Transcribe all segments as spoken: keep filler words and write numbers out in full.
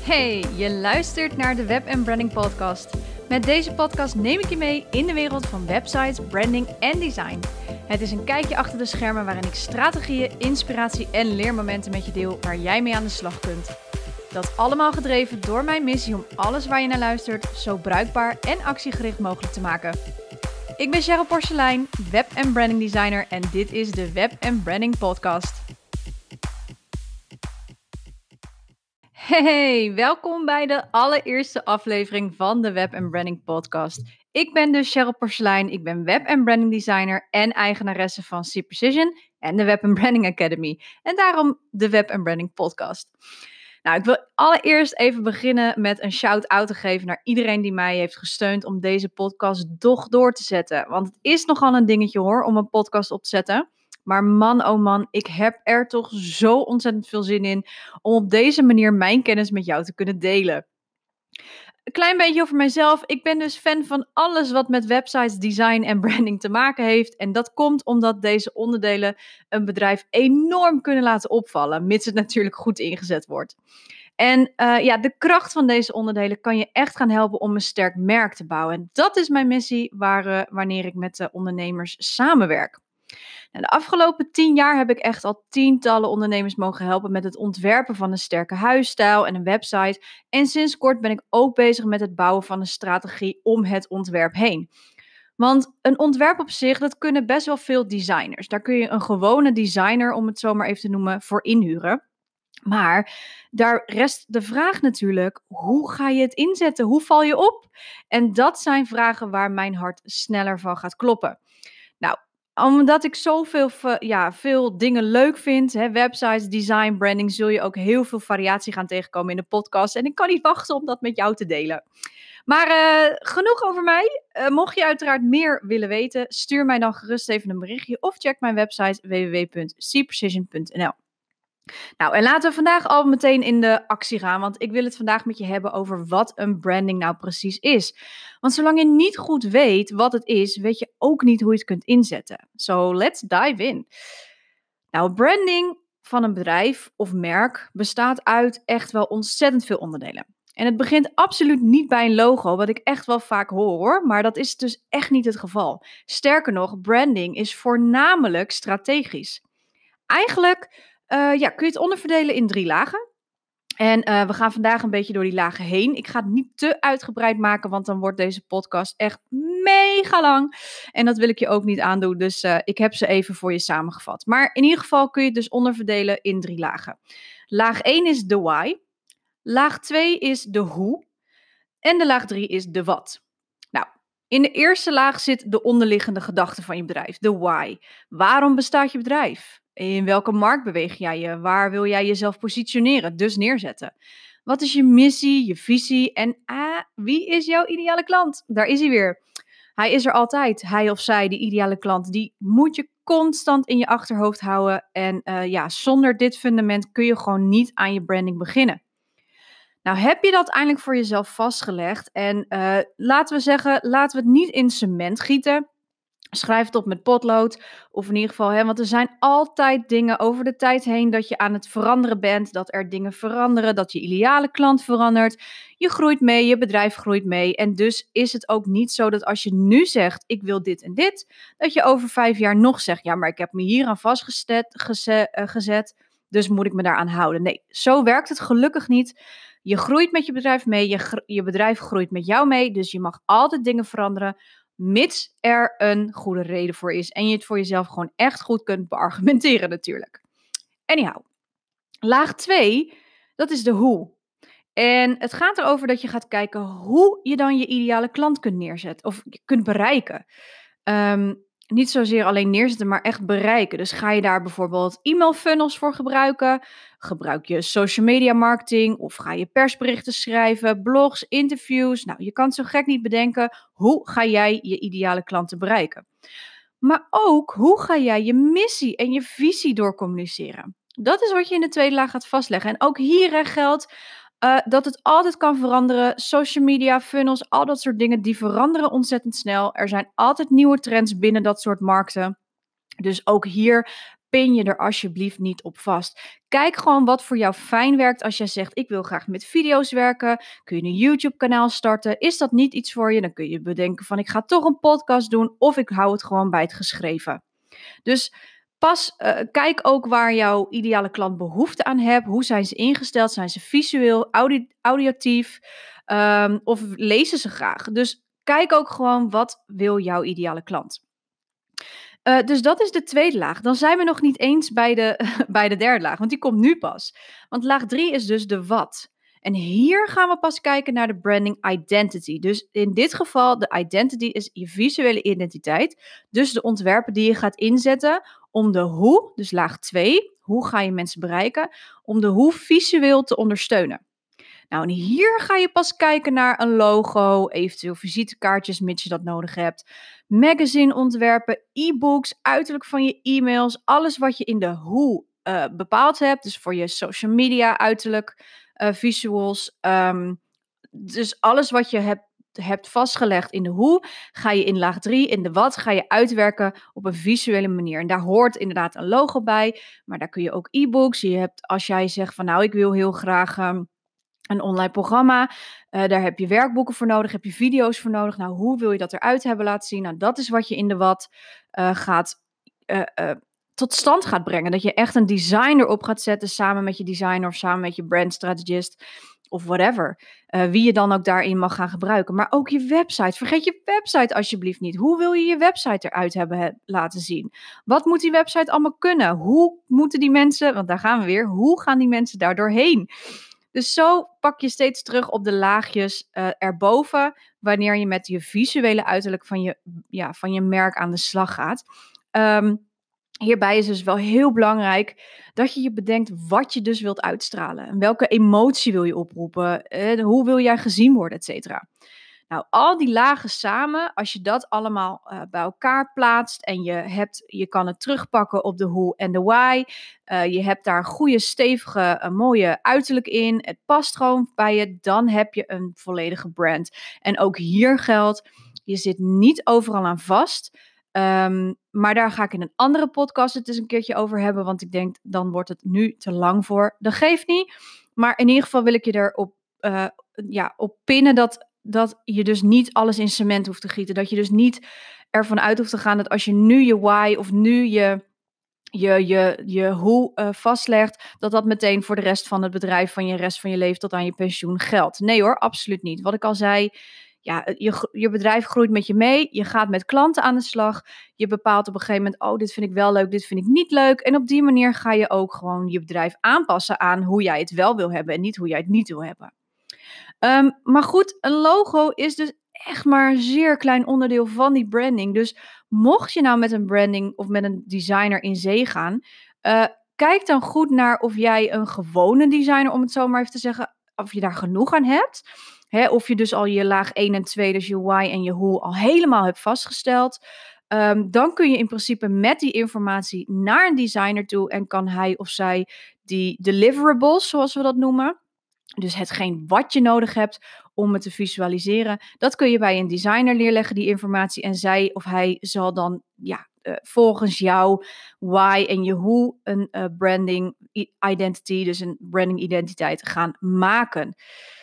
Hey, je luistert naar de Web en Branding Podcast. Met deze podcast neem ik je mee in de wereld van websites, branding en design. Het is een kijkje achter de schermen waarin ik strategieën, inspiratie en leermomenten met je deel waar jij mee aan de slag kunt. Dat allemaal gedreven door mijn missie om alles waar je naar luistert zo bruikbaar en actiegericht mogelijk te maken. Ik ben Cheryl Porcelein, web en branding designer en dit is de Web en Branding Podcast. Hey, welkom bij de allereerste aflevering van de Web en Branding Podcast. Ik ben dus Cheryl Porcelein, ik ben web en branding designer en eigenaresse van C Precision en de Web and Branding Academy. En daarom de Web en Branding Podcast. Nou, ik wil allereerst even beginnen met een shout-out te geven naar iedereen die mij heeft gesteund om deze podcast toch door te zetten. Want het is nogal een dingetje hoor, om een podcast op te zetten. Maar man, oh man, ik heb er toch zo ontzettend veel zin in om op deze manier mijn kennis met jou te kunnen delen. Een klein beetje over mijzelf. Ik ben dus fan van alles wat met websites, design en branding te maken heeft. En dat komt omdat deze onderdelen een bedrijf enorm kunnen laten opvallen, mits het natuurlijk goed ingezet wordt. En uh, ja, de kracht van deze onderdelen kan je echt gaan helpen om een sterk merk te bouwen. En dat is mijn missie waar, uh, wanneer ik met de ondernemers samenwerk. Nou, de afgelopen tien jaar heb ik echt al tientallen ondernemers mogen helpen met het ontwerpen van een sterke huisstijl en een website. En sinds kort ben ik ook bezig met het bouwen van een strategie om het ontwerp heen. Want een ontwerp op zich, dat kunnen best wel veel designers. Daar kun je een gewone designer, om het zo maar even te noemen, voor inhuren. Maar daar rest de vraag natuurlijk, hoe ga je het inzetten? Hoe val je op? En dat zijn vragen waar mijn hart sneller van gaat kloppen. Nou, omdat ik zoveel ja, veel dingen leuk vind, hè, websites, design, branding, zul je ook heel veel variatie gaan tegenkomen in de podcast. En ik kan niet wachten om dat met jou te delen. Maar uh, genoeg over mij. Uh, mocht je uiteraard meer willen weten, stuur mij dan gerust even een berichtje of check mijn website w w w punt c precision punt n l. Nou, en laten we vandaag al meteen in de actie gaan, want ik wil het vandaag met je hebben over wat een branding nou precies is. Want zolang je niet goed weet wat het is, weet je ook niet hoe je het kunt inzetten. So, let's dive in. Nou, branding van een bedrijf of merk bestaat uit echt wel ontzettend veel onderdelen. En het begint absoluut niet bij een logo, wat ik echt wel vaak hoor, maar dat is dus echt niet het geval. Sterker nog, branding is voornamelijk strategisch. Eigenlijk Uh, ja, kun je het onderverdelen in drie lagen. En uh, we gaan vandaag een beetje door die lagen heen. Ik ga het niet te uitgebreid maken, want dan wordt deze podcast echt mega lang. En dat wil ik je ook niet aandoen, dus uh, ik heb ze even voor je samengevat. Maar in ieder geval kun je het dus onderverdelen in drie lagen. Laag één is de why. Laag twee is de hoe. En de laag drie is de wat. Nou, in de eerste laag zit de onderliggende gedachte van je bedrijf, de why. Waarom bestaat je bedrijf? In welke markt beweeg jij je? Waar wil jij jezelf positioneren, dus neerzetten? Wat is je missie, je visie en ah, wie is jouw ideale klant? Daar is hij weer. Hij is er altijd, hij of zij, die ideale klant. Die moet je constant in je achterhoofd houden. En uh, ja, zonder dit fundament kun je gewoon niet aan je branding beginnen. Nou, heb je dat eindelijk voor jezelf vastgelegd? En uh, laten we zeggen, laten we het niet in cement gieten. Schrijf het op met potlood, of in ieder geval, hè, want er zijn altijd dingen over de tijd heen dat je aan het veranderen bent, dat er dingen veranderen, dat je ideale klant verandert. Je groeit mee, je bedrijf groeit mee en dus is het ook niet zo dat als je nu zegt, ik wil dit en dit, dat je over vijf jaar nog zegt, ja, maar ik heb me hier aan vastgezet, geze, uh, gezet, dus moet ik me daaraan houden. Nee, zo werkt het gelukkig niet. Je groeit met je bedrijf mee, je, je bedrijf groeit met jou mee, dus je mag altijd dingen veranderen, mits er een goede reden voor is en je het voor jezelf gewoon echt goed kunt beargumenteren natuurlijk. Anyhow, laag twee, dat is de hoe. En het gaat erover dat je gaat kijken hoe je dan je ideale klant kunt neerzetten of kunt bereiken. Um, niet zozeer alleen neerzetten, maar echt bereiken. Dus ga je daar bijvoorbeeld e-mail funnels voor gebruiken? Gebruik je social media marketing? Of ga je persberichten schrijven, blogs, interviews? Nou, je kan het zo gek niet bedenken. Hoe ga jij je ideale klanten bereiken? Maar ook, hoe ga jij je missie en je visie doorcommuniceren? Dat is wat je in de tweede laag gaat vastleggen. En ook hierin geldt uh, dat het altijd kan veranderen. Social media, funnels, al dat soort dingen, die veranderen ontzettend snel. Er zijn altijd nieuwe trends binnen dat soort markten. Dus ook hier pin je er alsjeblieft niet op vast. Kijk gewoon wat voor jou fijn werkt. Als jij zegt, ik wil graag met video's werken, kun je een YouTube kanaal starten. Is dat niet iets voor je? Dan kun je bedenken van, ik ga toch een podcast doen of ik hou het gewoon bij het geschreven. Dus pas, uh, kijk ook waar jouw ideale klant behoefte aan hebt. Hoe zijn ze ingesteld? Zijn ze visueel, audi- auditief um, of lezen ze graag? Dus kijk ook gewoon wat wil jouw ideale klant. Uh, dus dat is de tweede laag. Dan zijn we nog niet eens bij de, bij de derde laag, want die komt nu pas. Want laag drie is dus de wat. En hier gaan we pas kijken naar de branding identity. Dus in dit geval, de identity is je visuele identiteit. Dus de ontwerpen die je gaat inzetten om de hoe, dus laag twee, hoe ga je mensen bereiken, om de hoe visueel te ondersteunen. Nou, en hier ga je pas kijken naar een logo, eventueel visitekaartjes, mits je dat nodig hebt, magazine-ontwerpen, e-books, uiterlijk van je e-mails, alles wat je in de hoe uh, bepaald hebt. Dus voor je social media, uiterlijk, uh, visuals. Um, dus alles wat je hebt, hebt vastgelegd in de hoe, ga je in laag drie, in de wat, ga je uitwerken op een visuele manier. En daar hoort inderdaad een logo bij, maar daar kun je ook e-books. Je hebt, als jij zegt van nou, ik wil heel graag Um, een online programma, uh, daar heb je werkboeken voor nodig, heb je video's voor nodig. Nou, hoe wil je dat eruit hebben laten zien? Nou, dat is wat je in de wat uh, gaat, uh, uh, tot stand gaat brengen. Dat je echt een designer op gaat zetten samen met je designer of samen met je brandstrategist of whatever. Uh, wie je dan ook daarin mag gaan gebruiken. Maar ook je website. Vergeet je website alsjeblieft niet. Hoe wil je je website eruit hebben he- laten zien? Wat moet die website allemaal kunnen? Hoe moeten die mensen, want daar gaan we weer, hoe gaan die mensen daar doorheen? Dus zo pak je steeds terug op de laagjes uh, erboven, wanneer je met je visuele uiterlijk van je, ja, van je merk aan de slag gaat. Um, hierbij is dus wel heel belangrijk dat je je bedenkt wat je dus wilt uitstralen. En welke emotie wil je oproepen? Uh, hoe wil jij gezien worden, et cetera. Nou, al die lagen samen, als je dat allemaal uh, bij elkaar plaatst en je, hebt, je kan het terugpakken op de hoe en de why. Uh, je hebt daar een goede, stevige, uh, mooie uiterlijk in. Het past gewoon bij je. Dan heb je een volledige brand. En ook hier geldt, je zit niet overal aan vast. Um, maar daar ga ik in een andere podcast het eens een keertje over hebben. Want ik denk, dan wordt het nu te lang voor. Dat geeft niet. Maar in ieder geval wil ik je erop uh, ja, op pinnen dat... dat je dus niet alles in cement hoeft te gieten. Dat je dus niet ervan uit hoeft te gaan dat als je nu je why of nu je, je, je, je hoe uh, vastlegt, dat dat meteen voor de rest van het bedrijf, van je rest van je leven tot aan je pensioen geldt. Nee hoor, absoluut niet. Wat ik al zei, ja, je, je bedrijf groeit met je mee. Je gaat met klanten aan de slag. Je bepaalt op een gegeven moment, oh, dit vind ik wel leuk, dit vind ik niet leuk. En op die manier ga je ook gewoon je bedrijf aanpassen aan hoe jij het wel wil hebben en niet hoe jij het niet wil hebben. Um, maar goed, een logo is dus echt maar een zeer klein onderdeel van die branding. Dus mocht je nou met een branding of met een designer in zee gaan, uh, kijk dan goed naar of jij een gewone designer, om het zo maar even te zeggen, of je daar genoeg aan hebt. Hè, of je dus al je laag één en twee, dus je why en je hoe, al helemaal hebt vastgesteld. Um, dan kun je in principe met die informatie naar een designer toe en kan hij of zij die deliverables, zoals we dat noemen, dus hetgeen wat je nodig hebt om het te visualiseren, dat kun je bij een designer neerleggen, die informatie. En zij of hij zal dan ja, uh, volgens jouw why en je hoe een uh, branding identity, dus een branding identiteit gaan maken.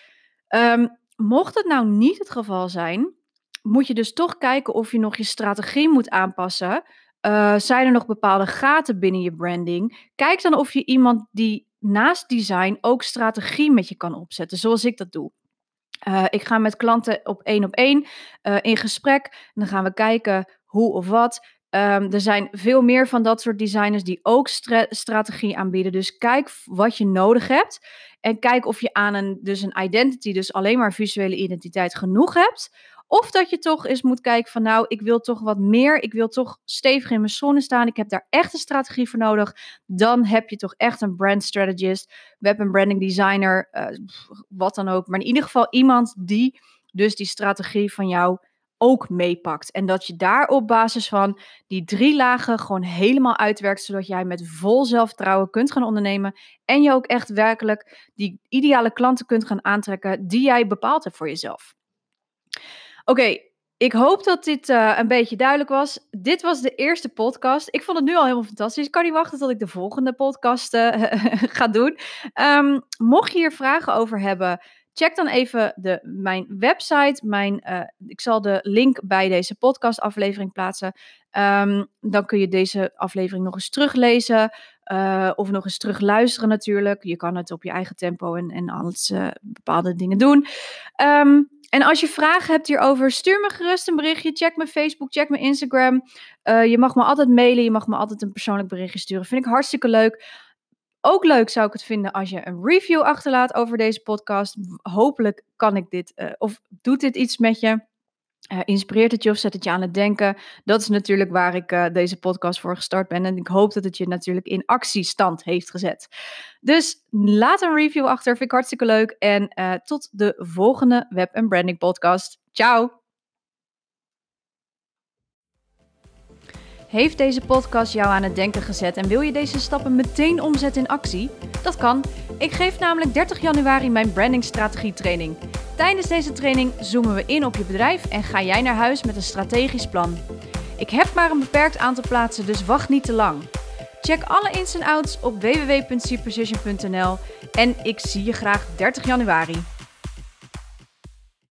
Um, mocht het nou niet het geval zijn, moet je dus toch kijken of je nog je strategie moet aanpassen. Uh, zijn er nog bepaalde gaten binnen je branding? Kijk dan of je iemand die naast design ook strategie met je kan opzetten, zoals ik dat doe. Uh, ik ga met klanten op één op één uh, in gesprek. En dan gaan we kijken hoe of wat. Um, er zijn veel meer van dat soort designers die ook stra- strategie aanbieden. Dus kijk wat je nodig hebt. En kijk of je aan een, dus een identity, dus alleen maar visuele identiteit, genoeg hebt. Of dat je toch eens moet kijken van nou, ik wil toch wat meer. Ik wil toch stevig in mijn schoenen staan. Ik heb daar echt een strategie voor nodig. Dan heb je toch echt een brand strategist, web en branding designer, uh, wat dan ook. Maar in ieder geval iemand die dus die strategie van jou ook meepakt. En dat je daar op basis van die drie lagen gewoon helemaal uitwerkt, zodat jij met vol zelfvertrouwen kunt gaan ondernemen en je ook echt werkelijk die ideale klanten kunt gaan aantrekken die jij bepaald hebt voor jezelf. Oké, okay, Ik hoop dat dit uh, een beetje duidelijk was. Dit was de eerste podcast. Ik vond het nu al helemaal fantastisch. Ik kan niet wachten tot ik de volgende podcast uh, ga doen. Um, mocht je hier vragen over hebben, check dan even de, mijn website. Mijn, uh, ik zal de link bij deze podcastaflevering plaatsen. Um, dan kun je deze aflevering nog eens teruglezen. Uh, of nog eens terugluisteren natuurlijk. Je kan het op je eigen tempo en, en alles uh, bepaalde dingen doen. Um, En als je vragen hebt hierover, stuur me gerust een berichtje. Check mijn Facebook, check mijn Instagram. Uh, je mag me altijd mailen, je mag me altijd een persoonlijk berichtje sturen. Vind ik hartstikke leuk. Ook leuk zou ik het vinden als je een review achterlaat over deze podcast. Hopelijk kan ik dit, uh, of doet dit iets met je. Uh, inspireert het je of zet het je aan het denken? Dat is natuurlijk waar ik uh, deze podcast voor gestart ben. En ik hoop dat het je natuurlijk in actiestand heeft gezet. Dus laat een review achter, vind ik hartstikke leuk. En uh, tot de volgende Web en Branding podcast. Ciao! Heeft deze podcast jou aan het denken gezet en wil je deze stappen meteen omzetten in actie? Dat kan. Ik geef namelijk dertig januari mijn brandingstrategie training. Tijdens deze training zoomen we in op je bedrijf en ga jij naar huis met een strategisch plan. Ik heb maar een beperkt aantal plaatsen, dus wacht niet te lang. Check alle ins en outs op w w w punt c precision punt n l en ik zie je graag dertig januari.